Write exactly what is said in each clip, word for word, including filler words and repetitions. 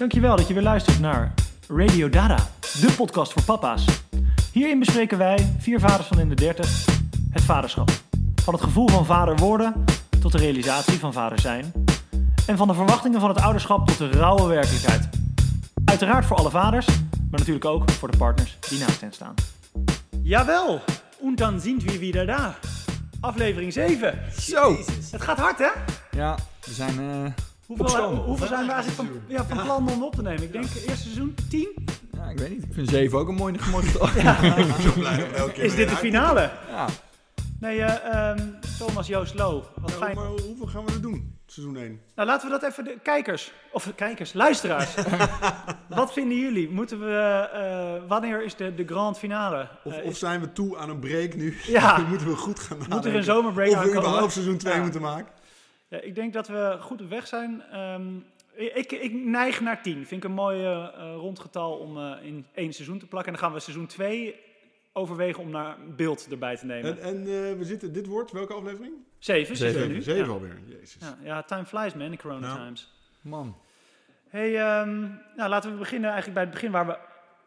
Dankjewel dat je weer luistert naar Radio Dada, de podcast voor papa's. Hierin bespreken wij, vier vaders van in de dertig, het vaderschap. Van het gevoel van vader worden tot de realisatie van vader zijn. En van de verwachtingen van het ouderschap tot de rauwe werkelijkheid. Uiteraard voor alle vaders, maar natuurlijk ook voor de partners die naast hen staan. Jawel, und dan sind wir wieder da. Aflevering zeven. Zo! Jezus. Het gaat hard, hè? Ja, we zijn uh, Hoeveel, op stoom. hoeveel zijn we eigenlijk van, ja, van plan om op te nemen? Ik denk eerste seizoen tien? Ja, ik weet niet. Ik vind zeven ook een mooi, mooi getal. Zo blij dat we elke keer Is dit de weer finale? Ja. Nee, uh, um, Thomas Joost Lo. Wat Ja, fijn. maar hoeveel gaan we er doen? Seizoen één. Nou, laten we dat even de kijkers, of kijkers, luisteraars. Wat vinden jullie? Moeten we, uh, wanneer is de, de grand finale? Of, Uh, of is- zijn we toe aan een break nu? Ja. Moeten we goed gaan nadenken. Moeten we een zomerbreak Of we aankomen? überhaupt seizoen twee Ja. moeten maken? Ja, ik denk dat we goed op weg zijn. Um, ik, ik neig naar tien. Vind ik een mooi uh, rondgetal om uh, in één seizoen te plakken. En dan gaan we seizoen twee overwegen om naar beeld erbij te nemen. En, en uh, we zitten, dit wordt welke aflevering? Zeven, zitten we Zeven. nu. Zeven Ja. alweer, jezus. Ja, ja, time flies man in corona Ja. times. Man. Hey, um, nou, laten we beginnen eigenlijk bij het begin waar we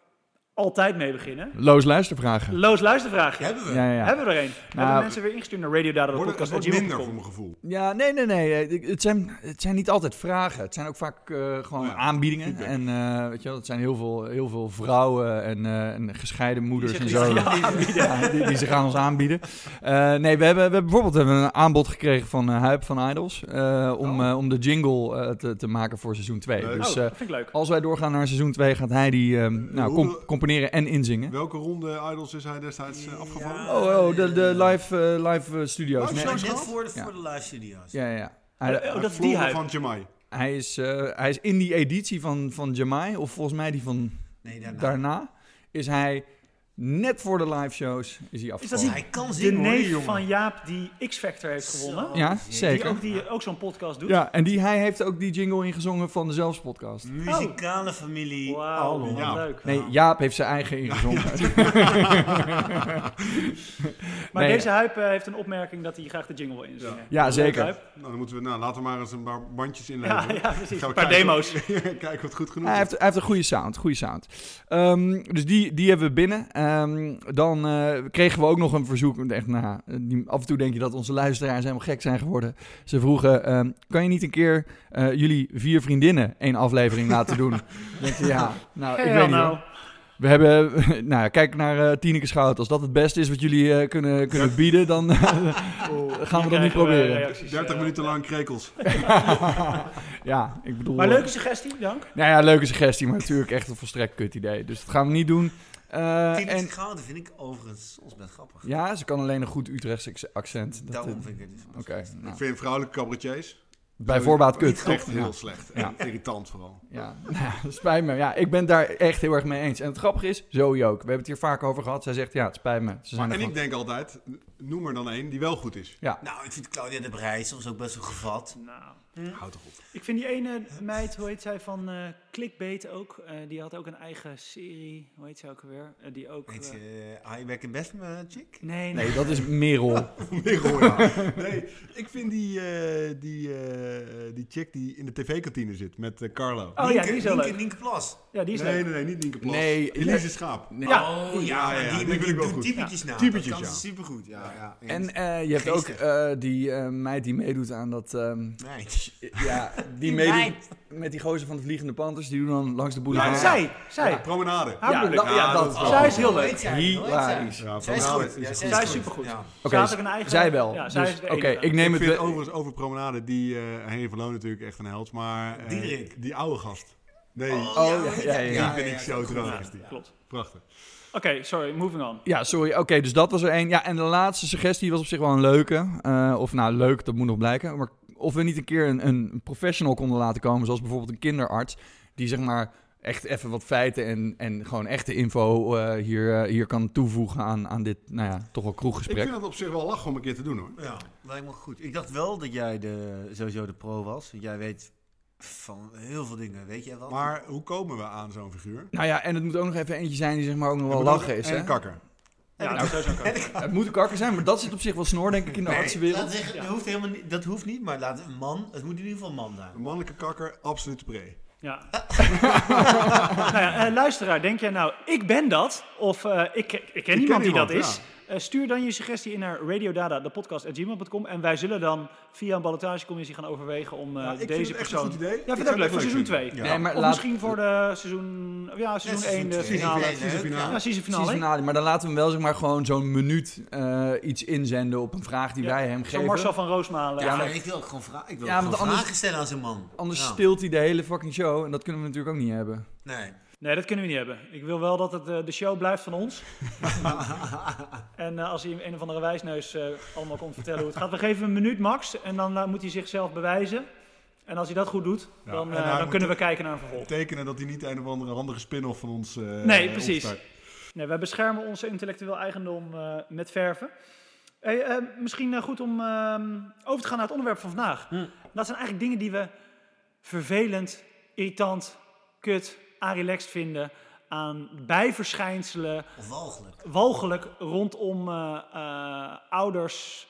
altijd mee beginnen. Loos luistervragen. Loos luistervraagje. Hebben we? Ja, ja, ja. Hebben we er een? We Nou, hebben mensen weer ingestuurd naar Radio Dada, de Wordt, het podcast wordt at minder gmail voor dot com. mijn gevoel. Ja, nee, nee, nee. Het zijn, het zijn niet altijd vragen. Het zijn ook vaak uh, gewoon Oh ja. aanbiedingen. Feedback. En uh, weet je wel, het zijn heel veel, heel veel vrouwen en, uh, en gescheiden moeders Die en zich zo. aanbieden. Ja, die, die zich aan ons aanbieden. Uh, nee, we hebben, we hebben bijvoorbeeld hebben we een aanbod gekregen van uh, Huip van Idols. Uh, om, Oh. uh, om de jingle uh, te, te maken voor seizoen twee. Leuk. Dus Oh, uh, dat vind ik leuk. als wij doorgaan naar seizoen twee, gaat hij die um, nou, hoeveel- comp- componeren en inzingen. Welke ronde Idols is hij destijds uh, afgevallen? Ja. Oh, oh, de, de live, uh, live uh, studio's. Live Nee, shows? Net voor de, Ja. voor de live studio's. ja, ja, ja. Hij, Oh, dat is die Flora hype. van Jamai. hij, is, uh, hij is in die editie van, van Jamai, of volgens mij die van Nee, daarna. daarna, is hij net voor de live shows is hij Is dat afgevallen. Hij kan De zingen, hoor, die neef jongen. van Jaap die X-Factor heeft gewonnen. Zo. Ja, Die zeker. Die ook, die ook zo'n podcast doet. Ja, en die, hij heeft ook die jingle ingezongen van de Zelfs podcast. Muzikale familie. Wauw, Oh, wat ja. leuk. Nee, Jaap heeft zijn eigen ingezongen. Maar Nee. deze hype uh, heeft een opmerking dat hij graag de jingle wil inzingen. Ja, Leuk, zeker. Hype. Nou, dan moeten we, nou, laten we maar eens een paar bandjes inleveren. Ja, ja, precies. Gaan Een we paar kijken. demo's. Kijken wat goed genoeg Hij is. heeft, hij heeft een goede sound, goede sound. Ehm, dus die, die hebben we binnen. Ehm, dan uh, kregen we ook nog een verzoek. Echt, nou, die, af en toe denk je dat onze luisteraars helemaal gek zijn geworden. Ze vroegen, ehm, kan je niet een keer uh, jullie vier vriendinnen één aflevering laten doen? Dan denk je, ja, nou, ik Hell weet niet. nou. hoor. We hebben, nou ja, kijk naar uh, Tineke Schout. Als dat het beste is wat jullie uh, kunnen, kunnen bieden, dan uh, gaan we dat niet Krijgen we proberen. reacties, dertig uh, minuten lang krekels. Ja, ik bedoel... Maar uh, leuke suggestie, dank. Nou ja, leuke suggestie, maar natuurlijk echt een volstrekt kut idee. Dus dat gaan we niet doen. Uh, Tineke en, Schouten vind ik overigens soms best grappig. ja, ze kan alleen een goed Utrechtse ex- accent. Dat, Daarom uh, vind ik het dus. Oké, nou, Ik vind vrouwelijke cabaretiers bij voorbaat kut, echt toch? heel Ja, slecht. Ja. En irritant vooral. ja. Nou ja, dat spijt me. Ja, ik ben het daar echt heel erg mee eens. En het grappige is, Zoe ook. We hebben het hier vaak over gehad. Zij zegt, ja, het spijt me. Ze zijn Maar, er en ik gewoon- denk altijd, noem er dan één die wel goed is. Ja, Nou, ik vind Claudia de Breij soms ook best wel gevat. Nou, Houd toch op. ik vind die ene meid, hoe heet zij, van uh, Clickbait ook. Uh, die had ook een eigen serie. Hoe heet zij ook alweer? Uh, die ook... Weet uh, je, uh, I Back in Best, uh, chick? nee, nee. nee, dat is Merel. Merel, ja. Nee, ik vind die, uh, die, uh, die chick die in de tv-kantine zit met uh, Carlo. Oh ja, die is wel Nienke, leuk. Nienke Plas. Ja, die is nee, leuk. nee, nee, niet Nienke Plas. Nee, Elise Schaap. Nee. Ja. Oh ja, ja, ja, die, die die, vind ik wel doet goed. typetjes na. Typetjes, dat kan ja. ze supergoed. Ja, ja. En eens. uh, je hebt ook Geestig. uh, die uh, meid die meedoet aan dat... Um, Nee. ja, die Die meedoet meid. met die gozer van de Vliegende Panthers. Die doen dan langs de Ja, boulevard. zij, zij. Ja, promenade. Haar Ja, bedoel ik. nou, ja, dat- Zij is heel Hoe leuk. heet zij? Hoe heet zij? Hilarisch. Ja, Zij is promenade goed. Ja, is zij Zij is is goed. supergoed. Ja. Oké, Zij had ook een eigen... zij wel. Ja, zij Dus, is de Oké, enige. ik neem ik het... vind overigens over promenade die uh, Henry van Loon natuurlijk echt een held, maar uh, Diederik. die oude gast. Nee, Oh, Oh, ja, ja, ja, die ja. vind ik zo goed. droog. Ja. Klopt. Prachtig. Oké, sorry, moving on. Ja, sorry. Oké, dus dat was er één. Ja, en de laatste suggestie was op zich wel een leuke. Uh, of nou, leuk, dat moet nog blijken. Maar of we niet een keer een, een professional konden laten komen, zoals bijvoorbeeld een kinderarts, die zeg maar echt even wat feiten en, en gewoon echte info uh, hier, uh, hier kan toevoegen aan, aan dit, nou ja, toch wel Ik kroeggesprek. vind het op zich wel lachen om een keer te doen, hoor. Ja, lijkt me goed. Ik dacht wel dat jij de, sowieso de pro was. Want jij weet van heel veel dingen. Weet jij wat? Maar hoe komen we aan zo'n figuur? Nou ja, en het moet ook nog even eentje zijn die zeg maar ook nog wel Ik bedoel, lachen is. En Hè? een kakker. Ja, En dat ik- zou zo kunnen. Het moet een kakker zijn, maar dat zit op zich wel snor, denk ik, in de Nee, artsenwereld. laat zeggen, dat, hoeft helemaal niet, dat hoeft niet, maar laat een man, het moet in ieder geval een man zijn. Een mannelijke kakker, absoluut pre. Ja. nou ja, uh, luisteraar, denk jij nou, ik ben dat? Of uh, ik, ik ken ik iemand ken die dat iemand, is? Uh, stuur dan je suggestie in naar radiodada, de podcast at gmail dot com. En wij zullen dan via een ballotagecommissie gaan overwegen om uh, Ja, ik deze vind het echt persoon... een goed idee. Ja, ik vind Ik het ook leuk zou voor het seizoen leuk twee. vinden. Nee, maar Of laat- misschien voor de seizoen... Ja, seizoen één, de twee. finale. Season Season finale. Ja, season Season finale. finale, maar dan laten we hem wel zeg maar gewoon zo'n minuut uh, iets inzenden op een vraag die Ja, wij hem Zo geven. Marcel van Roosmalen. Ja, Ja, maar maar- ik wil ook gewoon, vra- ik wil Ja, ook want gewoon anders- vragen stellen aan zo'n man. Anders Ja. stilt hij de hele fucking show en dat kunnen we natuurlijk ook niet hebben. Nee. Nee, dat kunnen we niet hebben. Ik wil wel dat het, uh, de show blijft van ons. en uh, als hij een of andere wijsneus uh, allemaal komt vertellen hoe het gaat. We geven hem een minuut max en dan uh, moet hij zichzelf bewijzen. En als hij dat goed doet, Ja, dan, en uh, hij dan moet kunnen we ook kijken naar een vervolg. Tekenen dat hij niet een of andere handige spin-off van ons... Uh, Nee, precies. opstart. Nee, wij beschermen onze intellectueel eigendom uh, met verven. Hey, uh, misschien uh, goed om uh, over te gaan naar het onderwerp van vandaag. Hm. Dat zijn eigenlijk dingen die we vervelend, irritant, kut, relaxed vinden aan bijverschijnselen, Of walgelijk. walgelijk rondom uh, uh, ouders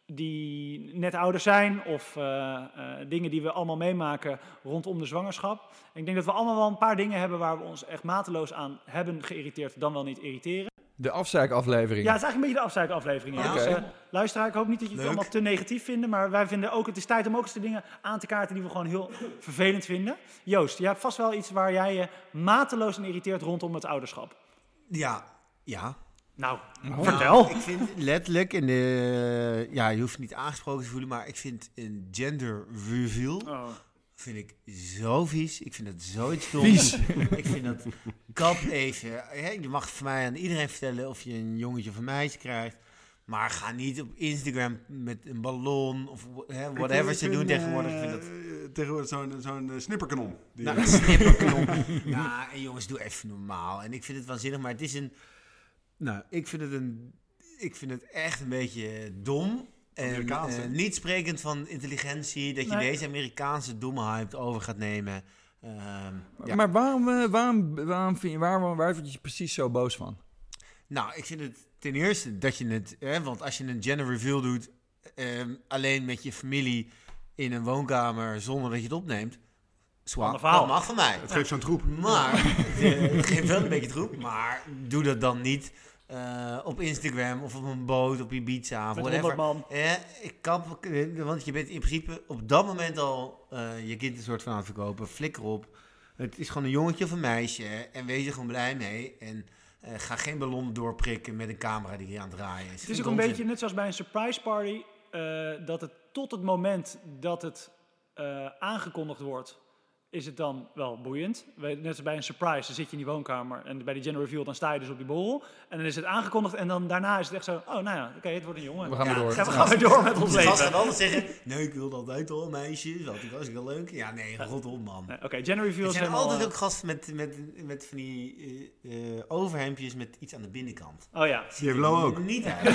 die net ouder zijn of uh, uh, dingen die we allemaal meemaken rondom de zwangerschap. En ik denk dat we allemaal wel een paar dingen hebben waar we ons echt mateloos aan hebben geïrriteerd, dan wel niet irriteren. De afzeikaflevering. Ja, het is eigenlijk een beetje de afzuikaflevering. Ja. Ja, Dus, oké. uh, luisteraar, ik hoop niet dat je het Leuk. allemaal te negatief vindt, maar wij vinden ook, het is tijd om ook eens de dingen aan te kaarten die we gewoon heel vervelend vinden. Joost, jij hebt vast wel iets waar jij je mateloos aan irriteert rondom het ouderschap. Ja, ja. Nou, Oh. vertel. Nou, ik vind letterlijk, in de, ja, je hoeft niet aangesproken te voelen, maar ik vind een gender reveal Oh. vind ik zo vies. Ik vind het zoiets stoms. Vies. Ik vind dat, kap even. Hè, je mag voor mij aan iedereen vertellen of je een jongetje of een meisje krijgt. Maar ga niet op Instagram met een ballon of hè, whatever Ik ze vind, doen uh, tegenwoordig. Ik vind dat, Tegenwoordig zo'n zo'n uh, snipperkanon. Die, nou, een snipperknop. Ja, en jongens, doe even normaal. En ik vind het waanzinnig, maar het is een... Nou, ik vind het een... Ik vind het echt een beetje dom. En Amerikaans, hè? uh, niet sprekend van intelligentie, dat je Nee. deze Amerikaanse domme hype over gaat nemen. Um, ja. Maar waarom, uh, waarom, waarom vind je, waar, waar vind je je precies zo boos van? Nou, ik vind het ten eerste dat je het... Hè, want als je een gender reveal doet, um, alleen met je familie in een woonkamer zonder dat je het opneemt, zwaar, Ander verhaal. dat mag van mij. het geeft zo'n troep. Maar, eh, het geeft wel een beetje troep, maar doe dat dan niet uh, op Instagram of op een boot, op Ibiza of Met whatever. honderd man. Eh, ik kan, want je bent in principe op dat moment al uh, je kind een soort van aan het verkopen. Flikker op. Het is gewoon een jongetje of een meisje en wees er gewoon blij mee. En uh, ga geen ballon doorprikken met een camera die hier aan het draaien is. Het is ook een beetje net zoals bij een surprise party, uh, dat het tot het moment dat het uh, aangekondigd wordt, is het dan wel boeiend. Net als bij een surprise, dan zit je in die woonkamer en bij die gender reveal dan sta je dus op die borrel. En dan is het aangekondigd en dan daarna is het echt zo, oh nou ja, oké, okay, het wordt een jongen. We gaan Ja, weer door. Gaan we gaan weer door met ons de gast leven. gaat altijd zeggen, nee, ik wilde altijd al een meisje. Dat was ik wel leuk. Ja, nee, rot op, man. Nee, Oké, okay, gender reveal Er is zijn helemaal... altijd uh, ook gasten met, met, met van die uh, uh, overhemdjes met iets aan de binnenkant. Oh ja. Die heeft Lo ook. Niet uit.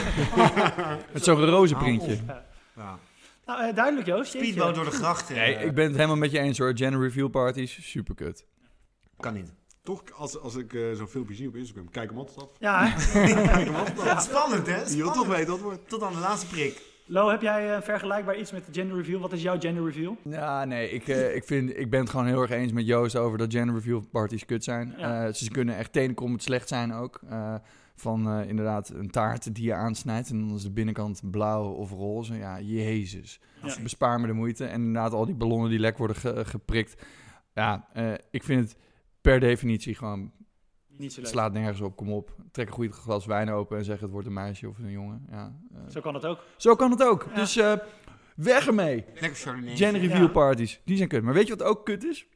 Met zo'n roze printje. Hou Ja. Nou, uh, duidelijk Joost. jeetje. Speedboot door de grachten. Nee, uh, ik ben het helemaal met je eens hoor. Gender reveal parties, super kut. Kan niet. Toch, als, als ik uh, zo'n filmpje zie op Instagram, kijk hem altijd af. Ja, hè? Kijk hem altijd af. Spannend, hè? Je wil Spannend. toch weten wat het wordt. Tot aan de laatste prik. Lo, heb jij uh, vergelijkbaar iets met de gender reveal? Wat is jouw gender reveal? Ja, nee, ik, uh, ik, vind, ik ben het gewoon heel erg eens met Joost over dat gender reveal parties kut zijn. Ja. Uh, ze kunnen echt tenenkrommend slecht zijn ook. Uh, van uh, inderdaad een taart die je aansnijdt en dan is de binnenkant blauw of roze. Ja, jezus. Ja. Bespaar me de moeite. En inderdaad al die ballonnen die lek worden ge- geprikt. Ja, uh, ik vind het per definitie gewoon... Niet zo leuk. Slaat nergens op, kom op. Trek een goed glas wijn open en zeg het wordt een meisje of een jongen. Ja, uh, Zo kan het ook. zo kan het ook. Ja. Dus uh, weg ermee. Lekker Chardonnay. Gender reveal Ja. parties, die zijn kut. Maar weet je wat ook kut is?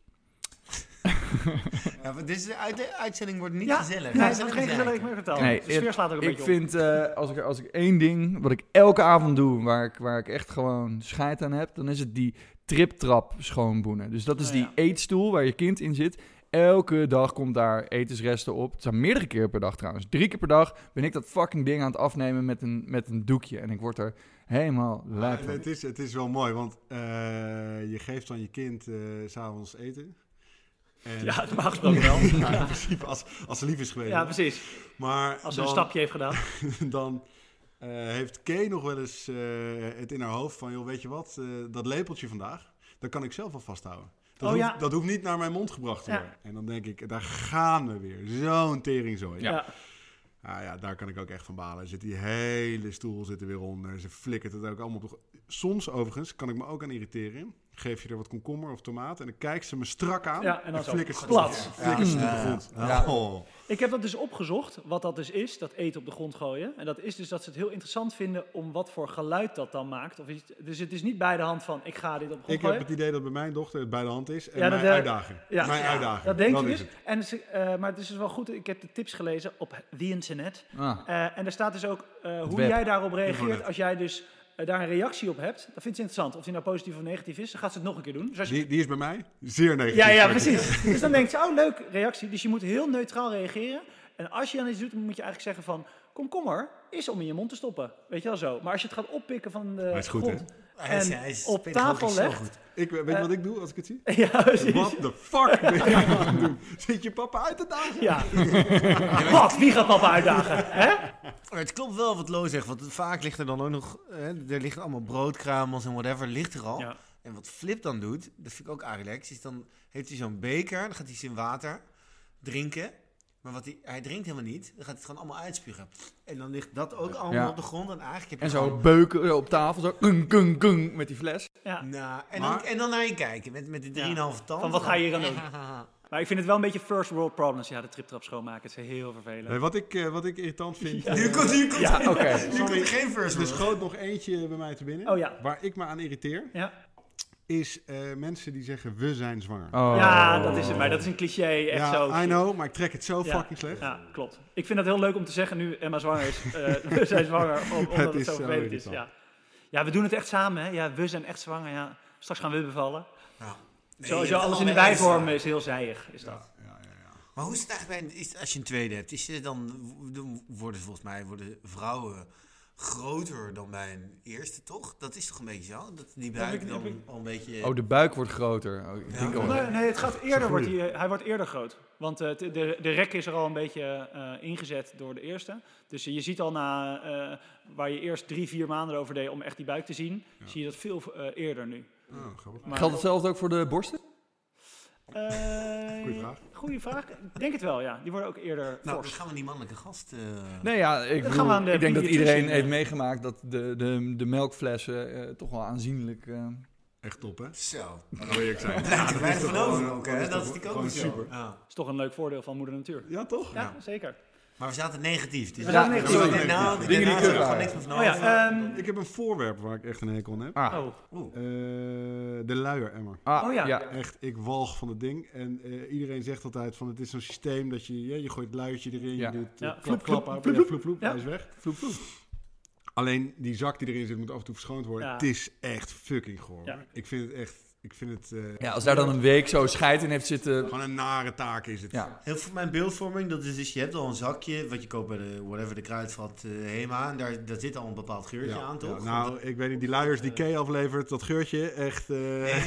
Ja, maar deze uit, de uitzending wordt niet Ja, gezellig. nee, Hè? het is geen gezellig meer vertellen. Nee, de sfeer slaat ook een Ik beetje op. vind, uh, als, ik, als ik één ding, wat ik elke avond doe, waar ik, waar ik echt gewoon scheid aan heb, dan is het die triptrap schoonboenen. Dus dat is Oh, die ja. eetstoel waar je kind in zit. Elke dag komt daar etensresten op. Het zijn meerdere keer per dag trouwens. Drie keer per dag ben ik dat fucking ding aan het afnemen met een, met een doekje. En ik word er helemaal lijp Ja, van. het, is, het is wel mooi, want uh, je geeft dan je kind uh, 's avonds eten. En, Ja, normaal gesproken wel. ja, in principe, als, als ze lief is geweest. Ja, precies. Maar Als ze dan, een stapje heeft gedaan. dan uh, heeft Kay nog wel eens uh, het in haar hoofd van, joh, weet je wat, uh, dat lepeltje vandaag, dat kan ik zelf wel vasthouden. Dat, Oh, hoeft, ja. dat hoeft niet naar mijn mond gebracht te Ja. worden. En dan denk ik, daar gaan we weer. Zo'n teringzooi. Ja. Ah, ja, daar kan ik ook echt van balen. Zit die hele stoel zit er weer onder. Ze flikkert het ook allemaal op de... Soms overigens kan ik me ook aan irriteren. Geef je er wat komkommer of tomaat en dan kijkt ze me strak aan. Ja, en dan zo flikkert ze plat. flikkert ze op de grond. Ja. Oh. Ik heb dat dus opgezocht, wat dat dus is, dat eten op de grond gooien. En dat is dus dat ze het heel interessant vinden om wat voor geluid dat dan maakt. Of iets, dus het is niet bij de hand van, ik ga dit op de grond Ik heb gooien. het idee dat bij mijn dochter het bij de hand is. En Ja, mijn dat, uh, uitdaging. ja. Mijn Ja, uitdaging. Dat denk je is dus. het. En ze, uh, maar het is dus wel goed, ik heb de tips gelezen op the internet. Ah. Uh, en er staat dus ook uh, hoe web. jij daarop reageert Internet. als jij dus uh, daar een reactie op hebt. Dat vindt ze interessant. Of die nou positief of negatief is, dan gaat ze het nog een keer doen. Dus als je... Die, die is bij mij zeer negatief. Ja, ja, precies. Dus dan denkt ze, oh, leuk, reactie. Dus je moet heel neutraal reageren. En als je dan iets doet, dan moet je eigenlijk zeggen van... komkommer is om in je mond te stoppen. Weet je wel zo. Maar als je het gaat oppikken van de Hij is goed, grond... Hij is- En hij is op pedagogisch tafel zo legt. goed. Ik, weet je Uh, wat ik doe als ik het zie? Ja, precies. What the fuck ben je aan het doen? Zit je papa uit te dagen? Ja. Wat? Wie gaat papa uitdagen? Hè? Maar het klopt wel wat Lo zegt, want vaak ligt er dan ook nog... Hè, er liggen allemaal broodkruimels en whatever, ligt er al. Ja. En wat Flip dan doet, dat vind ik ook relax, is dan heeft hij zo'n beker, dan gaat hij zijn water drinken. Maar wat hij, hij drinkt helemaal niet, dan gaat hij het gewoon allemaal uitspugen. En dan ligt dat ook allemaal Ja. op de grond. En eigenlijk heb je En zo gewoon- beuken eh, op tafel, zo kung, kung, kung, met die fles. Ja. Nou, en, Maar- dan, en dan naar je kijken, met, met de drieënhalve tand. Van wat ga je hier aan doen? doen? Maar ik vind het wel een beetje first world problems. Ja, de triptrap schoonmaken. Het is heel vervelend. Nee, wat, ik, uh, wat ik irritant vind... Ja. uh, Nu komt, nu komt, Ja, oké. nu komt er geen first er world. schoot nog eentje bij mij te binnen. Oh ja. Waar ik me aan irriteer, Ja. is uh, mensen die zeggen, we zijn zwanger. Oh. Ja, dat is het. Maar dat is een cliché. Echt ja, zo. I know, maar ik trek het zo Ja. fucking slecht. Ja, klopt. Ik vind dat heel leuk om te zeggen nu Emma zwanger is. Uh, we zijn zwanger, om- omdat Het het, is zo zo vervelend is. irritant. Ja. ja, we doen het echt samen. Hè? Ja, we zijn echt zwanger. Ja. Straks gaan we bevallen. Nou, nee, zo, je zo hebt alles in de allebei bijvorm extra. is heel zijig. Is dat. Ja, ja, ja, ja. Maar hoe is het eigenlijk bij, is, als je een tweede hebt? Is het dan, dan worden volgens mij worden vrouwen groter dan bij een eerste, toch? Dat is toch een beetje zo? Dat die buik heb ik- dan heb ik- al een beetje... Oh, de buik wordt groter. Oh, ik Ja. denk al. Nee, nee, het gaat eerder. Wordt goeie. hij, hij wordt eerder groot. Want uh, de, de rek is er al een beetje uh, ingezet door de eerste. Dus uh, je ziet al na, uh, waar je eerst drie, vier maanden over deed om echt die buik te zien, Ja. zie je dat veel uh, eerder nu. Oh, grappig. Maar, Geldt hetzelfde ook voor de borsten? Uh, Goeie vraag. Goeie vraag. Ik denk het wel, ja. Die worden ook eerder Nou, dan fors. gaan we die mannelijke gast... Uh... Nee, ja, ik, Dan bedoel, gaan we aan de ik denk dat pediatrician, iedereen eh. heeft meegemaakt dat de, de, de melkflessen eh, toch wel aanzienlijk... eh, Echt top, hè? Zo. Wat wil je zijn? Blijkt er weinig van over gewoon- ook, gewoon hè? is Dat toch is natuurlijk ook gewoon niet zo. super. Ja. is toch een leuk voordeel van moeder natuur. Ja, toch? Ja, Ja. zeker. Maar we zaten negatief. Dus We zaten ja, negatief. zo- Sorry. Nou, Dingen die daarna kut is er gewoon waren. niks meer van Oh ja, over. ehm, Ik heb een voorwerp waar ik echt een hekel aan heb. ah, oh. Oeh. Uh, de luieremmer. ah, Oh ja. ja. Echt, ik walg van het ding. En uh, iedereen zegt altijd van het is zo'n systeem dat je, ja, je gooit het luiertje erin, Ja. je doet Ja, uh, vloep, klap, vloep, klap, uit, vloep, ja, vloep. vloep, vloep, Ja. hij is weg. Vloep, vloep. Alleen die zak die erin zit moet af en toe verschoond worden. Ja. Het is echt fucking goor. Ja. hoor. Ik vind het echt, ik vind het uh, Ja, als daar dan een week zo scheid in heeft zitten... gewoon een nare taak is het. Ja. Heel voor mijn beeldvorming, dat is dus, je hebt al een zakje, wat je koopt bij de, whatever, de kruidvat uh, Hema. En daar, daar zit al een bepaald geurtje Ja, aan, ja, toch? nou, ik weet niet, die luiers die Kay aflevert, dat geurtje, echt uh,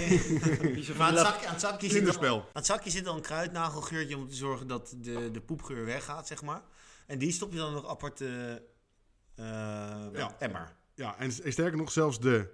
Die zo Maar aan van het, die zakje, aan, het zakje zit al, kinderspel. aan het zakje zit al een kruidnagelgeurtje om te zorgen dat de, de poepgeur weggaat, zeg maar. En die stop je dan nog apart uh, uh, Ja. emmer. Ja, en, en sterker nog, zelfs de,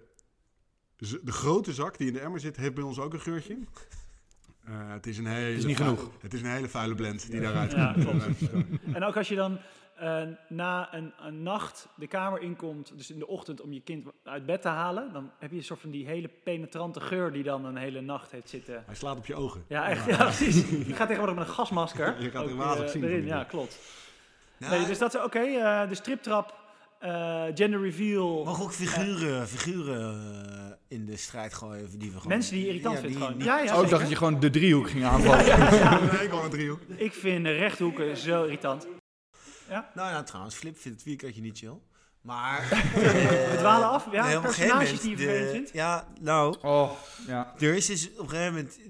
z- de grote zak die in de emmer zit, heeft bij ons ook een geurtje. Uh, het is een hele is niet vuile- genoeg. Het is een hele vuile blend die daaruit Ja, komt. klopt. Daaruit En ook als je dan uh, na een, een nacht de kamer inkomt, dus in de ochtend om je kind uit bed te halen, dan heb je een soort van die hele penetrante geur die dan een hele nacht heeft zitten. Hij slaat op je ogen. Ja, echt. Ja, precies. Je gaat tegenwoordig met een gasmasker. Je gaat ook, er wazig uh, zien erin. van die Ja, ding. klopt. Nou, Nee, dus dat is oké. Okay, uh, de striptrap, uh, gender reveal. mogen ook figuren, figuren uh, in de strijd gooien die we gewoon... Mensen die je irritant Ja, vindt die- gewoon. die- Ja, ja, Oh, ik zeker. dacht dat je gewoon de driehoek ging aanvallen. Nee, ik wou een driehoek. Ik vind uh, rechthoeken zo irritant. Nou ja, trouwens, Flip vindt het vierkantje niet chill. Maar... We dwalen af. Ja, nee, op een gegeven personages moment die je de- vervelend vindt. Ja, nou... Oh, ja. Er is dus op een gegeven moment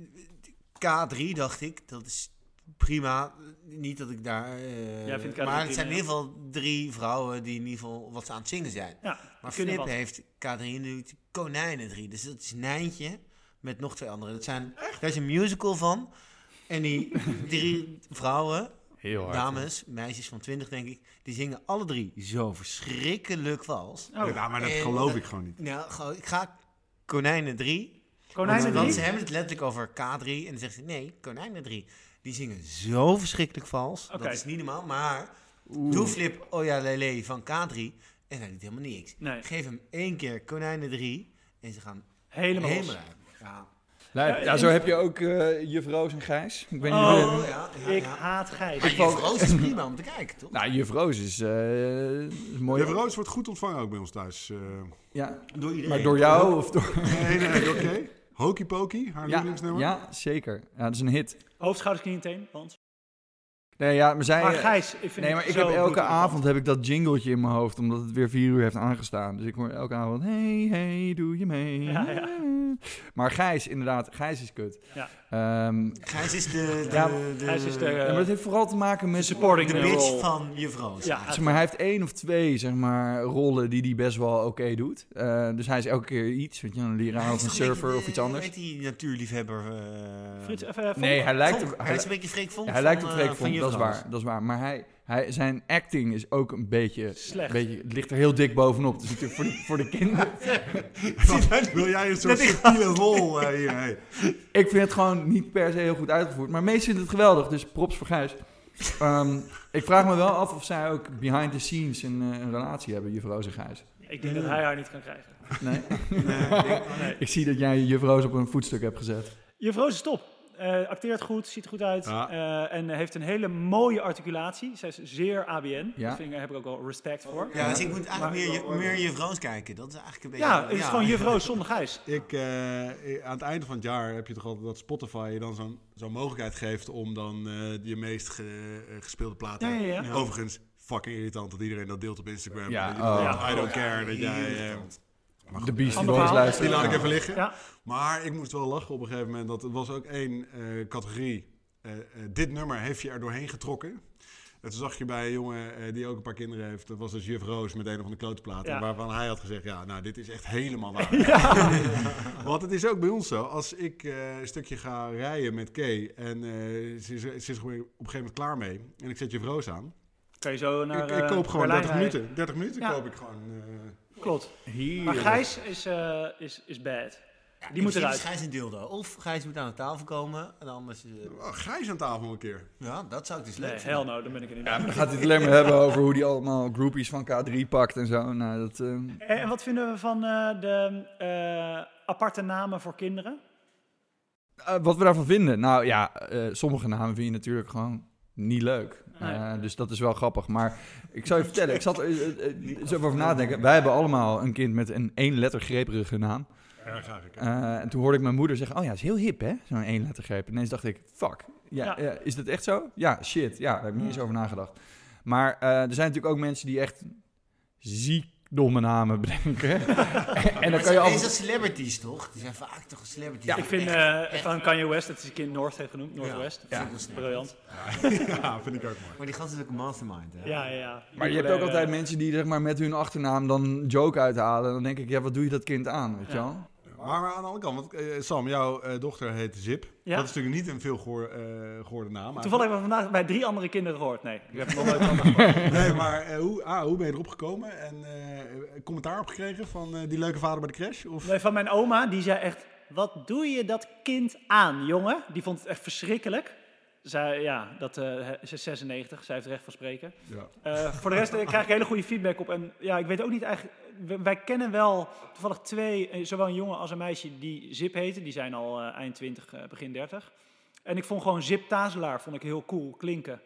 K drie, dacht ik. Dat is prima. Niet dat ik daar... eh, Jij vindt K drie maar het zijn in prima, ieder geval drie vrouwen die in ieder geval wat ze aan het zingen zijn. Ja, Maar die kunnen Flip wat. heeft K drie nu Konijnen drie. Dus dat is Nijntje met nog twee anderen. Dat zijn, daar is een musical van. En die drie vrouwen, Heel hard. dames, meisjes van twintig denk ik, die zingen alle drie zo verschrikkelijk vals. Oh, Ja, maar dat En- geloof ik gewoon niet. Nou, gewoon, ik ga Konijnen drie. Konijnen Want, want drie? ze hebben het letterlijk over K drie. En dan zegt ze, nee, Konijnen drie. Die zingen zo verschrikkelijk vals. Oké. Dat is niet normaal. Maar doe Flip Oja Lele van K drie. En hij doet helemaal niks. Nee. Geef hem één keer Konijnen drie. En ze gaan Helemaal los. helemaal uit. Ja. Ja, ja, zo heb je ook uh, Juf Roos en Gijs. Ik weet niet Oh. hoe- Oh, ja, ja, Ik ja. haat Gijs. Maar Juf Roos is prima om te kijken, toch? Nou, Juf Roos is, uh, is mooi. Juf Roos wordt goed ontvangen ook bij ons thuis. Uh, Ja, Door iedereen. maar door jou of door... nee, nee, nee, oké. Okay. Hokey Pokey, haar Ja, lievelingsnummer. ja, zeker. Ja, dat is een hit. Hoofdschouders, knieën, teen, Hans. Nee, ja, maar zij... Maar Gijs, ik vind Nee, maar het ik zo heb elke bloedirritant. avond heb ik dat jingletje in mijn hoofd, omdat het weer vier uur heeft aangestaan. Dus ik hoor elke avond, hey, hey, doe je mee? Ja, ja. Maar Gijs, inderdaad, Gijs is kut. Ja. Ehm, Gijs is de... de, Ja, de, Gijs is de, ja, maar dat heeft vooral te maken met... supporting de rol. bitch van Juf Roos. Ja. Zeg maar, hij heeft één of twee zeg maar, rollen die hij best wel oké okay doet. Uh, dus hij is elke keer iets, weet je, een leraar Hij of is een toch surfer beetje, of iets eh, anders. Weet die natuurliefhebber? Uh, Frits, even, even Nee, hij lijkt Vonk. op... Hij Hij, is een beetje Freek Vonk ja, hij van, lijkt op Freek uh, van Vonk, Juf dat is Roos. waar, dat is waar. Maar hij, hij, zijn acting is ook een beetje... Slecht. Beetje, het ligt er heel dik bovenop. Dus natuurlijk voor de, voor de kinderen... Wil jij een soort subtiele rol uh, hier? Hey. Ik vind het gewoon niet per se heel goed uitgevoerd. Maar meest vinden het geweldig, dus props voor Gijs. Um, ik vraag me wel af of zij ook behind the scenes een, uh, een relatie hebben, Juf Roos en Gijs. Ik denk dat hij haar niet kan krijgen. Nee? Nee. Ik zie dat jij Juf Roos op een voetstuk hebt gezet. Juf Roos is top. Uh, acteert goed, ziet er goed uit. Ja. Uh, en heeft een hele mooie articulatie. Zij is zeer A B N. Ja. Daar vind ik, daar heb ik ook wel respect voor. Ja, dus ik moet eigenlijk Maar- meer, meer Juf Roos kijken. Dat is eigenlijk een beetje... Ja, het is gewoon Juf Roos zonder Gijs. Ik, uh, aan het einde van het jaar heb je toch altijd dat Spotify je dan zo'n zo'n mogelijkheid geeft om dan uh, je meest ge, uh, gespeelde platen. Ja, ja, ja. Overigens, fucking irritant dat iedereen dat deelt op Instagram. Ja, Dat je oh. denkt, Ja. I don't care dat jij... Uh, maar De goed, Beastie Ander Boys verhaal. luisteren. die laat ik even liggen. Ja. Maar ik moest wel lachen op een gegeven moment. Dat er was ook één uh, categorie. Uh, uh, dit nummer heeft je er doorheen getrokken. En toen zag je bij een jongen uh, die ook een paar kinderen heeft. Dat was dus Juf Roos met een of andere klotenplaten. Ja. Waarvan hij had gezegd, ja, nou, dit is echt helemaal waar. Ja. Want het is ook bij ons zo. Als ik uh, een stukje ga rijden met Kay. En uh, ze, ze, ze is er op een gegeven moment klaar mee. En ik zet Juf Roos aan. Kan je zo naar ik, ik koop uh, gewoon Berlijn dertig rijden. minuten. dertig minuten Ja. koop ik gewoon. Uh, Klopt. Hier. Maar Gijs is, uh, is, is bad. Die moet eruit. Gijs een dildo. Of Gijs moet aan de tafel komen. En anders... Uh, oh, Gijs aan tafel een keer. ja, dat zou ik dus leuk Nee, vinden. hell no, dan ben ik er niet Ja, bij. maar dan gaat hij het alleen maar hebben over hoe hij allemaal groupies van K drie pakt en zo. Nou, dat, uh... En wat vinden we van uh, de uh, aparte namen voor kinderen? Uh, wat we daarvan vinden? Nou ja, uh, sommige namen vind je natuurlijk gewoon niet leuk. Nee. Uh, dus dat is wel grappig. Maar ik zal je vertellen, ik zat er uh, uh, zo over nadenken. Wij hebben allemaal een kind met een één lettergreperige naam. Ja, graag. Ik. Uh, en toen hoorde ik mijn moeder zeggen, oh ja, dat is heel hip hè, zo'n één lettergreep. En ineens dacht ik, fuck, ja, Ja. uh, is dat echt zo? Ja, shit, ja, daar heb ik niet eens over nagedacht. Maar uh, er zijn natuurlijk ook mensen die echt ziek domme namen bedenken. En dan kan je Is af... dat celebrities, toch? Die zijn vaak toch celebrities. Ja, ik vind uh, van Kanye West, dat hij kind North heeft genoemd, Northwest. Ja. Ja. Ja. Briljant. Ja, vind ik ook mooi. Maar die gast is ook een mastermind, hè? Ja, ja, ja. Maar je hebt ook altijd mensen die zeg maar, met hun achternaam dan een joke uithalen. Dan denk ik, ja, wat doe je dat kind aan, weet je Ja. wel? Maar, maar aan de andere kant, want uh, Sam, jouw uh, dochter heet Zip. Ja. Dat is natuurlijk niet een veel gehoor, uh, gehoorde naam. Toevallig hebben we vandaag bij drie andere kinderen gehoord. Nee, ik heb het nog nooit van gehoord. Nee, maar uh, hoe, ah, hoe ben je erop gekomen? En uh, commentaar op gekregen van uh, die leuke vader bij de crash? Of? Nee, van mijn oma, die zei echt, wat doe je dat kind aan, jongen? Die vond het echt verschrikkelijk. Zij, ja, dat, uh, ze is zesennegentig, zij heeft recht van spreken. Ja. Uh, voor de rest uh, krijg ik hele goede feedback op. En ja, ik weet ook niet eigenlijk... Wij, wij kennen wel toevallig twee, zowel een jongen als een meisje die Zip heten. Die zijn al uh, eind twintig, uh, begin dertig. En ik vond gewoon Zip Tazelaar vond ik heel cool klinken.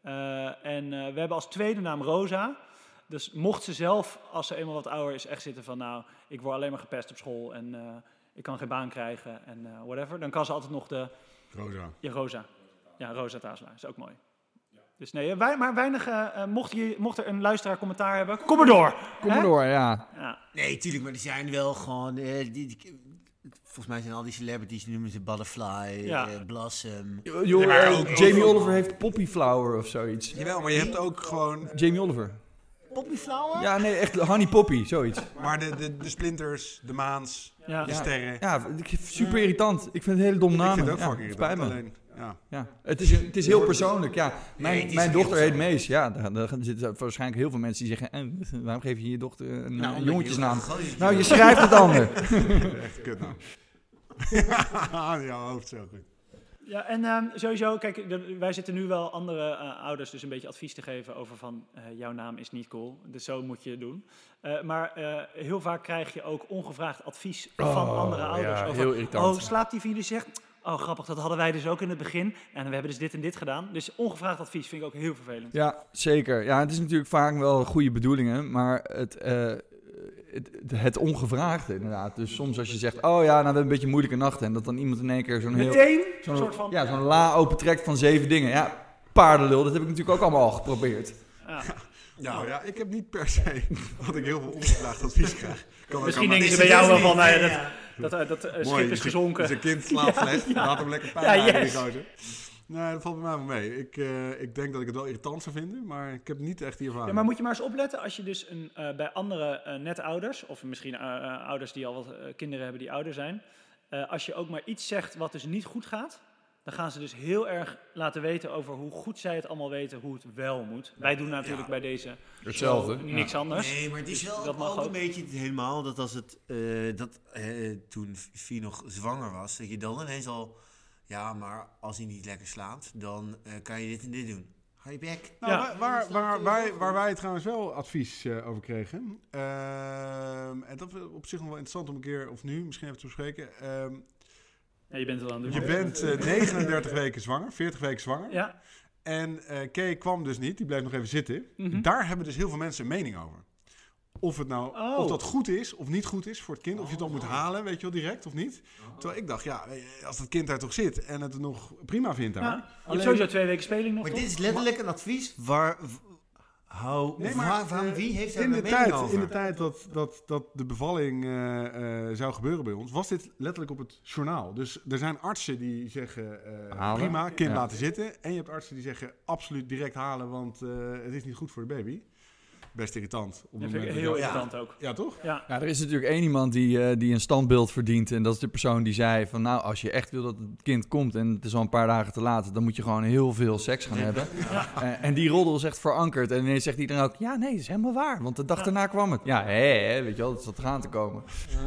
Uh, en uh, we hebben als tweede naam Rosa. Dus mocht ze zelf, als ze eenmaal wat ouder is, echt zitten van... nou, ik word alleen maar gepest op school en uh, ik kan geen baan krijgen en uh, whatever. Dan kan ze altijd nog de... Rosa. Ja, Rosa. Ja, Rosa Tazelaar. Is ook mooi. Dus nee, wij, maar weinig... Uh, mocht, je, mocht er een luisteraar commentaar hebben, kom maar door. Kom Hè? maar door, ja. Ja. Nee, tuurlijk, maar die zijn wel gewoon... Uh, die, die, volgens mij zijn al die celebrities, die noemen ze Butterfly, Ja. uh, Blossom. Jo, joh, maar uh, ook- Jamie Oliver heeft Poppy Flower of zoiets. Jawel, maar je hebt ook gewoon... Jamie Oliver. Poppy Flower? Ja, nee, echt Honey Poppy, zoiets. Maar de, de, de splinters, de maans, Ja. de Ja. sterren. Ja, ik- super irritant. Ik vind het een hele domme naam. Ik vind het ook ja, fucking spijt irritant. me. Alleen, ja. Ja. Het, is, het is heel persoonlijk, ja. Mijn, Nee, het is mijn heel dochter heet zo. Mees. Ja, daar, daar zitten waarschijnlijk heel veel mensen die zeggen... Eh, waarom geef je je dochter een, Nou, een jongetjesnaam? omdat je- Nou, je schrijft het ander. Echt kut nou. Ja, jouw hoofd zo goed. Ja, en um, sowieso, kijk, de, wij zitten nu wel andere uh, ouders dus een beetje advies te geven over van, uh, jouw naam is niet cool, dus zo moet je het doen. Uh, maar uh, heel vaak krijg je ook ongevraagd advies Oh, van andere ouders. ja, over, heel irritant. oh, slaapt die van jullie zegt, oh grappig, dat hadden wij dus ook in het begin. En we hebben dus dit en dit gedaan. Dus ongevraagd advies vind ik ook heel vervelend. Ja, zeker. Ja, het is natuurlijk vaak wel goede bedoelingen, maar het, uh, het, het ongevraagde inderdaad. Dus soms als je zegt, oh ja, nou we hebben een beetje moeilijke nachten. En dat dan iemand in één keer zo'n heel... Meteen, Zo'n, een soort van... ja, zo'n la opentrekt van zeven dingen. Ja, paardenlul, dat heb ik natuurlijk ook allemaal al geprobeerd. Ja. Nou ja, ik heb niet per se dat ik heel veel ongevraagd advies krijg. Kan ook Misschien allemaal- denken ze Is bij jou het wel van, niet? nou ja, Ja, dat, dat, uh, dat uh, Mooi, schip is zijn- gezonken. Zijn kind slaapt slecht, ja. laat hem lekker pijn Ja, houden, yes. die gozer. Nee, dat valt bij mij wel mee. Ik, uh, ik denk dat ik het wel irritant zou vinden, maar ik heb niet echt die ervaring. Ja, maar moet je maar eens opletten als je dus een, uh, bij andere uh, netouders, of misschien uh, uh, ouders die al wat uh, kinderen hebben die ouder zijn, uh, als je ook maar iets zegt wat dus niet goed gaat, dan gaan ze dus heel erg laten weten over hoe goed zij het allemaal weten, hoe het wel moet. Wij doen natuurlijk Ja. bij deze Hetzelfde. show niks anders. Nee, maar het is Dus wel dat mag ook ook. een beetje het helemaal dat als het, uh, dat uh, toen Vie nog zwanger was, dat je dan ineens al, ja, maar als hij niet lekker slaapt, dan uh, kan je dit en dit doen. Ga je bek. Nou, Ja. waar, waar, waar, wij, waar wij trouwens wel advies uh, over kregen, um, en dat is op zich nog wel interessant om een keer, of nu, misschien even te bespreken. Um, Ja, je bent het aan het doen. je bent uh, negenendertig weken zwanger, veertig weken zwanger. Ja. En uh, Kay kwam dus niet, die bleef nog even zitten. Mm-hmm. Daar hebben dus heel veel mensen een mening over. Of het nou, Oh. of dat goed is of niet goed is voor het kind. Of je het al moet halen, weet je wel, direct of niet. Terwijl ik dacht, ja, als dat kind daar toch zit en het nog prima vindt daar. Ja. Je hebt Alleen- sowieso twee weken speling nog, Maar toch? dit is letterlijk een advies waar, w- hou, Nee, of maar, waar, waar- eh, wie heeft daar in een de mening tijd, over? In de tijd dat, dat, dat de bevalling uh, uh, zou gebeuren bij ons, was dit letterlijk op het journaal. Dus er zijn artsen die zeggen, uh, Halen? prima, kind Ja. laten zitten. En je hebt artsen die zeggen, absoluut direct halen, want uh, het is niet goed voor de baby. Best irritant. Op Dat het vind ik moment heel dat je- irritant ook. Ja, toch? Ja. Ja, er is natuurlijk één iemand die, uh, die een standbeeld verdient. En dat is de persoon die zei van, nou, als je echt wil dat het kind komt en het is al een paar dagen te laat, dan moet je gewoon heel veel seks gaan hebben. Uh, en die roddel is echt verankerd. En ineens zegt iedereen ook, ja, nee, dat is helemaal waar. Want de dag Ja. daarna kwam het. Ja, hè, hè, weet je wel, dat zat eraan te komen.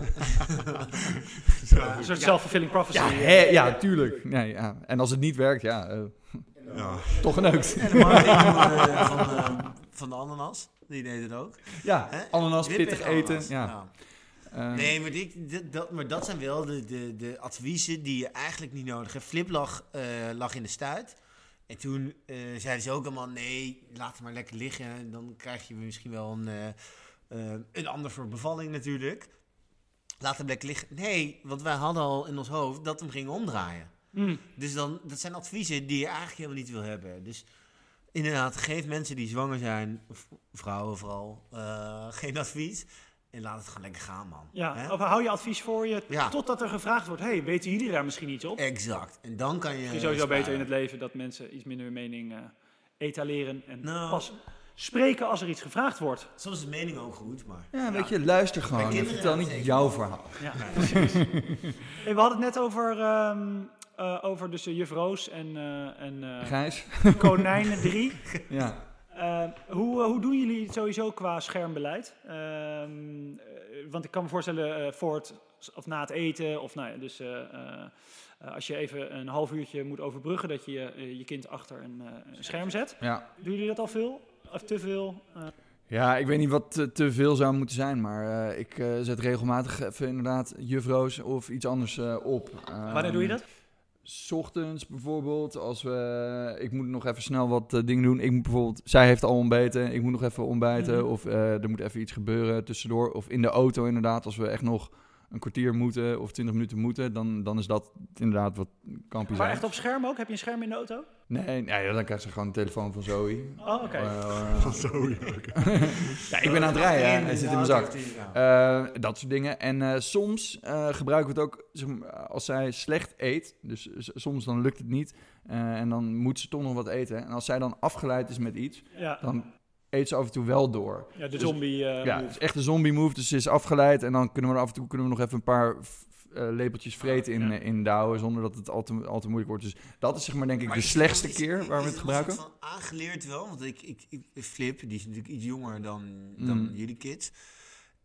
Een soort self-fulfilling prophecy. Ja, hè, ja, tuurlijk. Nee, ja. En als het niet werkt, ja, uh, Ja. toch geneukt. En de marketing van, uh, van, uh, van de ananas, die deed het ook. Ja, Hè? ananas, Wip pittig en ananas, eten. Ja. Uh, Nee, maar, dit, dit- dat, maar dat zijn wel de, de, de adviezen die je eigenlijk niet nodig hebt. Flip lag, uh, lag in de stuit. En toen uh, zeiden ze ook allemaal, nee, laat het maar lekker liggen. Dan krijg je misschien wel een, uh, uh, een ander soort bevalling natuurlijk. Laat hem lekker liggen. Nee, want wij hadden al in ons hoofd dat we hem gingen omdraaien. Mm. Dus dan, dat zijn adviezen die je eigenlijk helemaal niet wil hebben. Dus inderdaad, geef mensen die zwanger zijn, v- vrouwen vooral, uh, geen advies. En laat het gewoon lekker gaan, man. Ja, Hè? of hou je advies voor je Ja. totdat er gevraagd wordt, hey, weten jullie daar misschien iets op? Exact. En dan kan je... Misschien sowieso sparen. beter in het leven dat mensen iets minder hun mening uh, etaleren en Nou. pas spreken als er iets gevraagd wordt. Soms is de mening ook goed, maar... ja, weet je, luister gewoon. Bij kinderen Vertel niet zeker. jouw verhaal. Ja, precies. Hey, we hadden het net over, um, uh, over dus, uh, juf Roos en, uh, en uh, Gijs? konijnen drie. Ja. Uh, hoe, uh, hoe doen jullie het sowieso qua schermbeleid? Um, uh, want ik kan me voorstellen, uh, voor het, of na het eten, of nou ja, dus uh, uh, als je even een half uurtje moet overbruggen, dat je uh, je kind achter een, uh, een scherm zet. Ja. Doen jullie dat al veel? Of te veel? Uh, Ja, ik weet niet wat te, te veel zou moeten zijn, maar uh, ik uh, zet regelmatig even inderdaad juf Roos of iets anders uh, op. Um, wanneer doe je dat? 's Ochtends bijvoorbeeld, als we, ik moet nog even snel wat uh, dingen doen. Ik moet bijvoorbeeld, zij heeft al ontbeten, ik moet nog even ontbijten. Mhm. Of uh, er moet even iets gebeuren tussendoor. Of in de auto inderdaad, als we echt nog een kwartier moeten of twintig minuten moeten, dan, dan is dat inderdaad wat kampie Maar zijn. echt op scherm ook? Heb je een scherm in de auto? Nee, nee, dan krijgt ze gewoon een telefoon van Zoe. Oh, oké. Okay. Uh, Zo, ja. ja, ik ben aan het rijden, hè. Hij zit in mijn zak. Ja. Uh, dat soort dingen. En uh, soms uh, gebruiken we het ook zeg maar, als zij slecht eet. Dus s- soms dan lukt het niet. Uh, en dan moet ze toch nog wat eten. En als zij dan afgeleid is met iets, Ja, dan eet ze af en toe wel door. ja de Dus- zombie uh, Ja, het move. is echt een zombie move. Dus ze is afgeleid. En dan kunnen we er af en toe kunnen we nog even een paar f- uh, lepeltjes vreten in, Ja. uh, in douwen. Zonder dat het al te, al te moeilijk wordt. Dus dat is zeg maar denk ik Maar de is- slechtste is- keer waar we is het er gebruiken. een soort van aangeleerd wel, want ik, ik, ik Flip, die is natuurlijk iets jonger dan, dan Mm. jullie kids.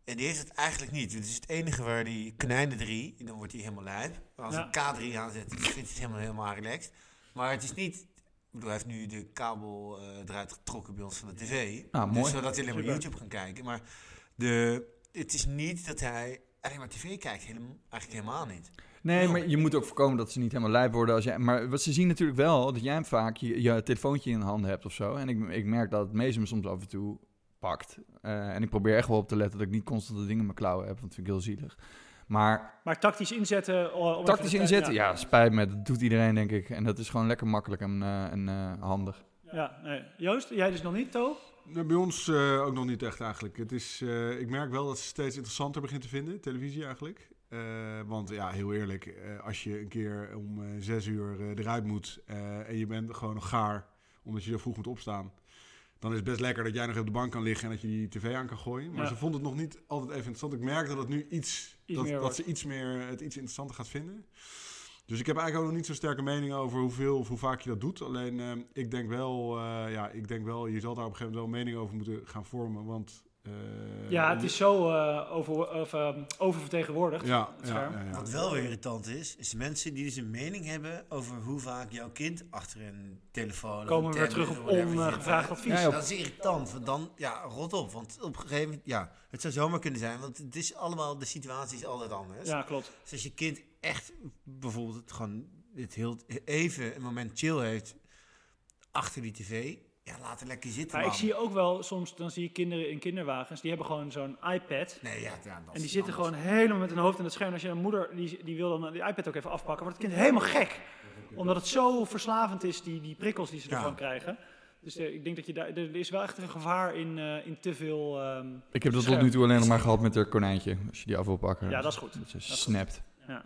En die heeft het eigenlijk niet. Het is het enige waar die konijnen drie, dan wordt hij helemaal lijp. Maar als Ja. een K drie aanzet, dan vindt hij het helemaal, helemaal relaxed. Maar het is niet... Ik bedoel, hij heeft nu de kabel uh, eruit getrokken bij ons van de tv. Ah, mooi. Dus zodat hij alleen maar Super. YouTube kan kijken. Maar de, het is niet dat hij alleen maar tv kijkt. Helemaal, eigenlijk helemaal niet. Nee, Ja. maar je moet ook voorkomen dat ze niet helemaal lijp worden. Als jij, maar wat ze zien natuurlijk wel, dat jij vaak je, je telefoontje in de handen hebt of zo. En ik, ik merk dat het meeste me soms af en toe pakt. Uh, en ik probeer echt wel op te letten dat ik niet constant de dingen in mijn klauwen heb, want dat vind ik heel zielig. Maar Maar tactisch inzetten... Om even tactisch de- inzetten, ja, Ja, spijt me, dat doet iedereen denk ik. En dat is gewoon lekker makkelijk en, uh, en uh, handig. ja nee. Joost, jij dus nog niet, To? Nou, bij ons uh, ook nog niet echt eigenlijk. Het is, uh, ik merk wel dat ze steeds interessanter begint te vinden, televisie eigenlijk. Uh, want ja, heel eerlijk, uh, als je een keer om uh, zes uur uh, eruit moet uh, en je bent gewoon nog gaar, omdat je er vroeg moet opstaan, dan is het best lekker dat jij nog op de bank kan liggen en dat je die tv aan kan gooien. Maar Ja. ze vond het nog niet altijd even interessant. Ik merk dat het nu iets, Iets dat, meer dat wordt. ze iets meer het iets interessanter gaat vinden. Dus ik heb eigenlijk ook nog niet zo'n sterke mening over hoeveel of hoe vaak je dat doet. Alleen uh, ik denk wel, uh, ja, ik denk wel, je zal daar op een gegeven moment wel een mening over moeten gaan vormen. Want uh, Ja, het is zo uh, over, of, uh, oververtegenwoordigd. Ja, het ja, scherm. ja, ja. Wat wel weer irritant is, is de mensen die dus een mening hebben over hoe vaak jouw kind achter een telefoon... Komen een we weer tablet terug op of whatever zit. ongevraagd advies. Ja, joh. Dat is irritant, want dan, ja, rot op. Want op een gegeven moment, ja, het zou zomaar kunnen zijn, want het is allemaal, de situatie is altijd anders. Ja, klopt. Dus als je kind echt bijvoorbeeld het gewoon het heel, even een moment chill heeft achter die tv, ja, laat het lekker zitten, Maar ik man. zie ook wel, soms dan zie je kinderen in kinderwagens, die hebben gewoon zo'n iPad. Nee, ja, ja, dat En die is zitten anders. gewoon helemaal met hun hoofd in het scherm. Als je een moeder, die, die wil dan die iPad ook even afpakken, wordt het kind helemaal gek. Omdat het zo verslavend is, die, die prikkels die ze Ja. ervan krijgen. Dus uh, ik denk dat je daar, er is wel echt een gevaar in, uh, in te veel... Um, Ik heb dat scherm. tot nu toe alleen nog maar gehad met haar konijntje, als je die af wil pakken. Ja, dat is goed. Dat ze is goed. snapt. Ja.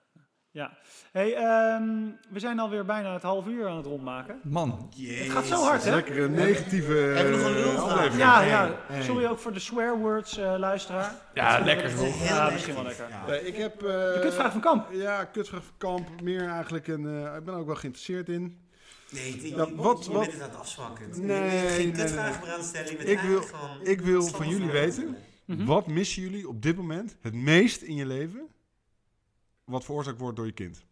Ja. Hey, um, we zijn alweer bijna het half uur aan het rondmaken. Man, Jezus. Het gaat zo hard, hè? Lekker een negatieve Hebben we nog een uh, lulvraag? aflevering. Ja, Hey, ja. hey. Sorry ook voor de swear words, uh, luisteraar. ja, lekker Dat is zo. heel Ja, erg. misschien wel lekker. Ja. Nee, ik heb... Uh, De kutvraag van Kamp. Ja, kutvraag van Kamp. Meer eigenlijk een... Uh, ik ben er ook wel geïnteresseerd in. Nee, die, Ja, wat, wat- je wat- bent het aan het afzwakken. Nee, Je bent geen nee, kutvragen nee. meer aan het stellen. Je bent Ik wil- eigenlijk gewoon ik wil stomme van jullie vragen aan het weten. stellen. Mhm. Wat missen jullie op dit moment het meest in je leven? Wat veroorzaakt wordt door je kind?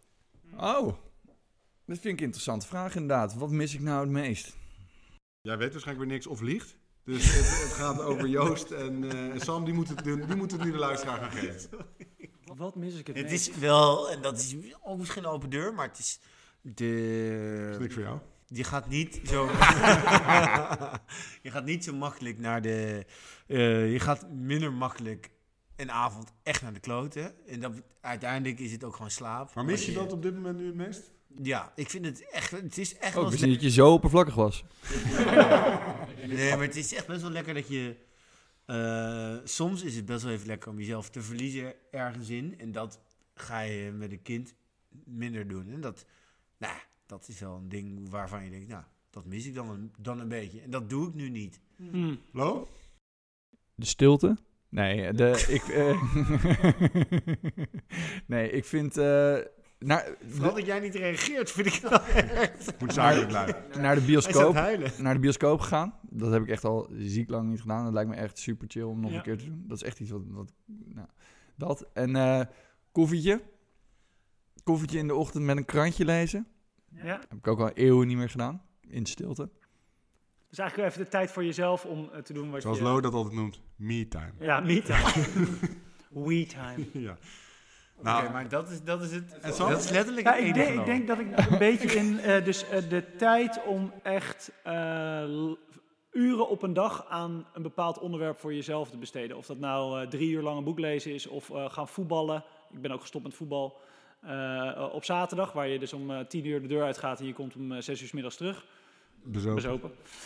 Oh, dat vind ik een interessante vraag inderdaad. Wat mis ik nou het meest? Jij weet waarschijnlijk weer niks of liegt. Dus het, het gaat over Joost en, uh, en Sam. Die moeten, het, die moeten het nu de luisteraar gaan geven. Wat mis ik het Het meest? is wel, en dat is ook misschien een open deur, maar het is Dat de... is niks voor jou. Je gaat niet zo... je gaat niet zo makkelijk naar de... Uh, je gaat minder makkelijk een avond echt naar de kloten. En dat, uiteindelijk is het ook gewoon slaap. Maar mis Want je dat op dit moment nu het meest? Ja, ik vind het echt... Het is echt Oh, wel ik wist eens niet dat je zo oppervlakkig was. Nee, maar het is echt best wel lekker dat je... Uh, soms is het best wel even lekker om jezelf te verliezen ergens in. En dat ga je met een kind minder doen. En dat, nou, dat is wel een ding waarvan je denkt, nou, dat mis ik dan een, dan een beetje. En dat doe ik nu niet. Hmm. Lo? De stilte? Nee, de, ik, uh, nee, ik vind... Uh, naar, Vooral dat jij niet reageert, vind ik wel echt. Moet zakelijk blijven. naar de Hij bioscoop. staat huilen. Naar de bioscoop gegaan. Dat heb ik echt al ziek lang niet gedaan. Dat lijkt me echt super chill om nog Ja. een keer te doen. Dat is echt iets wat... wat nou, dat. En uh, koffietje. Koffietje in de ochtend met een krantje lezen. Ja. Heb ik ook al eeuwen niet meer gedaan. In stilte. Dus eigenlijk even de tijd voor jezelf om uh, te doen wat Zoals je... Lo dat altijd noemt. Me time. Ja, me time. We time. Ja. Oké, Nou, maar dat is, dat is het. En Sam? Dat is letterlijk Ja, het ik, enige denk, ik nou. denk dat ik een beetje in uh, dus, uh, de tijd om echt uh, l- uren op een dag aan een bepaald onderwerp voor jezelf te besteden. Of dat nou uh, drie uur lang een boek lezen is of uh, gaan voetballen. Ik ben ook gestopt met voetbal. Uh, uh, op zaterdag, waar je dus om uh, tien uur de deur uitgaat en je komt om uh, zes uur 's middags terug. bezopen. Bezopen.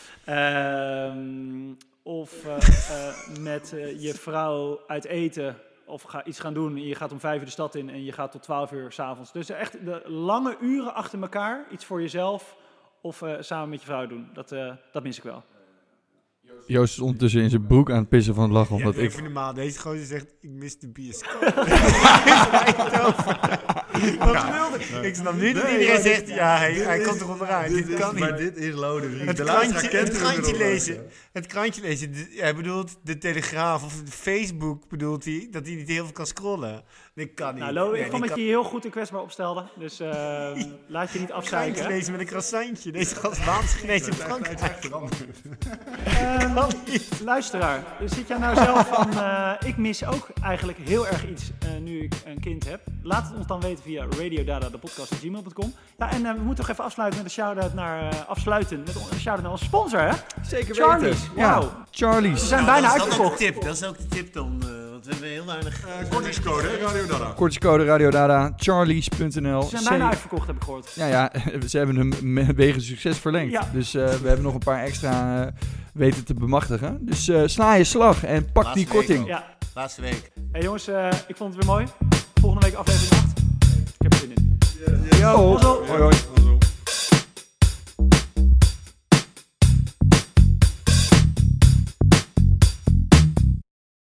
Uh, of uh, uh, met uh, je vrouw uit eten of ga iets gaan doen. En je gaat om vijf uur de stad in en je gaat tot twaalf uur 's avonds. Dus echt de lange uren achter elkaar. Iets voor jezelf of uh, samen met je vrouw doen. Dat, uh, dat mis ik wel. Joost is ondertussen in zijn broek aan het pissen van het lachen. Ja, Omdat ik... even normaal. Deze gozer zegt, ik mis de bioscoop. Wat geweldig. Ik snap nu dat Nee, iedereen maar dit- zegt, ja, hij, dit hij is- komt er onderuit. Dit, is- kan niet. Maar dit is Lode, vriend. Het De luisteraar krantje, kent het hem krantje inmiddels. lezen. Het krantje lezen. De- Hij bedoelt de Telegraaf of de Facebook bedoelt hij dat hij niet heel veel kan scrollen. Dit kan niet. Nou, Lo, Nee, ik vond die dat je je heel goed en kwetsbaar opstelde. Dus uh, laat je niet kan- krantje afzeiken. lezen met een croissantje. Deze gast waanzinnig in Hij is Frankrijk. echt veranderd. Uh, luisteraar, zit jij nou zelf van... Uh, ik mis ook eigenlijk heel erg iets uh, nu ik een kind heb. Laat het ons dan weten via radiodada, de podcast at gmail dot com. Ja, en uh, we moeten toch even afsluiten met een shout-out naar... Uh, afsluiten met een shout-out naar onze sponsor, hè? Zeker Charlie's. weten. Ja, Wauw. Charlie's. Ze zijn Nou, bijna dat is dan ook uitverkocht. de tip. Dat is ook de tip dan. Uh, want we hebben heel weinig... Uh, Kortingscode, hè, Radio Dada. Kortingscode Radio Dada, charlies punt n l. Ze zijn bijna uitverkocht, heb ik gehoord. Ja, ja, ze hebben hem me- wegens succes verlengd. Ja. Dus uh, we hebben nog een paar extra uh, weten te bemachtigen. Dus uh, sla je slag en pak Laatste die korting. week Ja. Laatste week. Hey jongens, uh, ik vond het weer mooi. Volgende week aflevering acht. Ik heb er zin in. Ja, ja. Yo, Oh. Ozel. Hoi, hoi.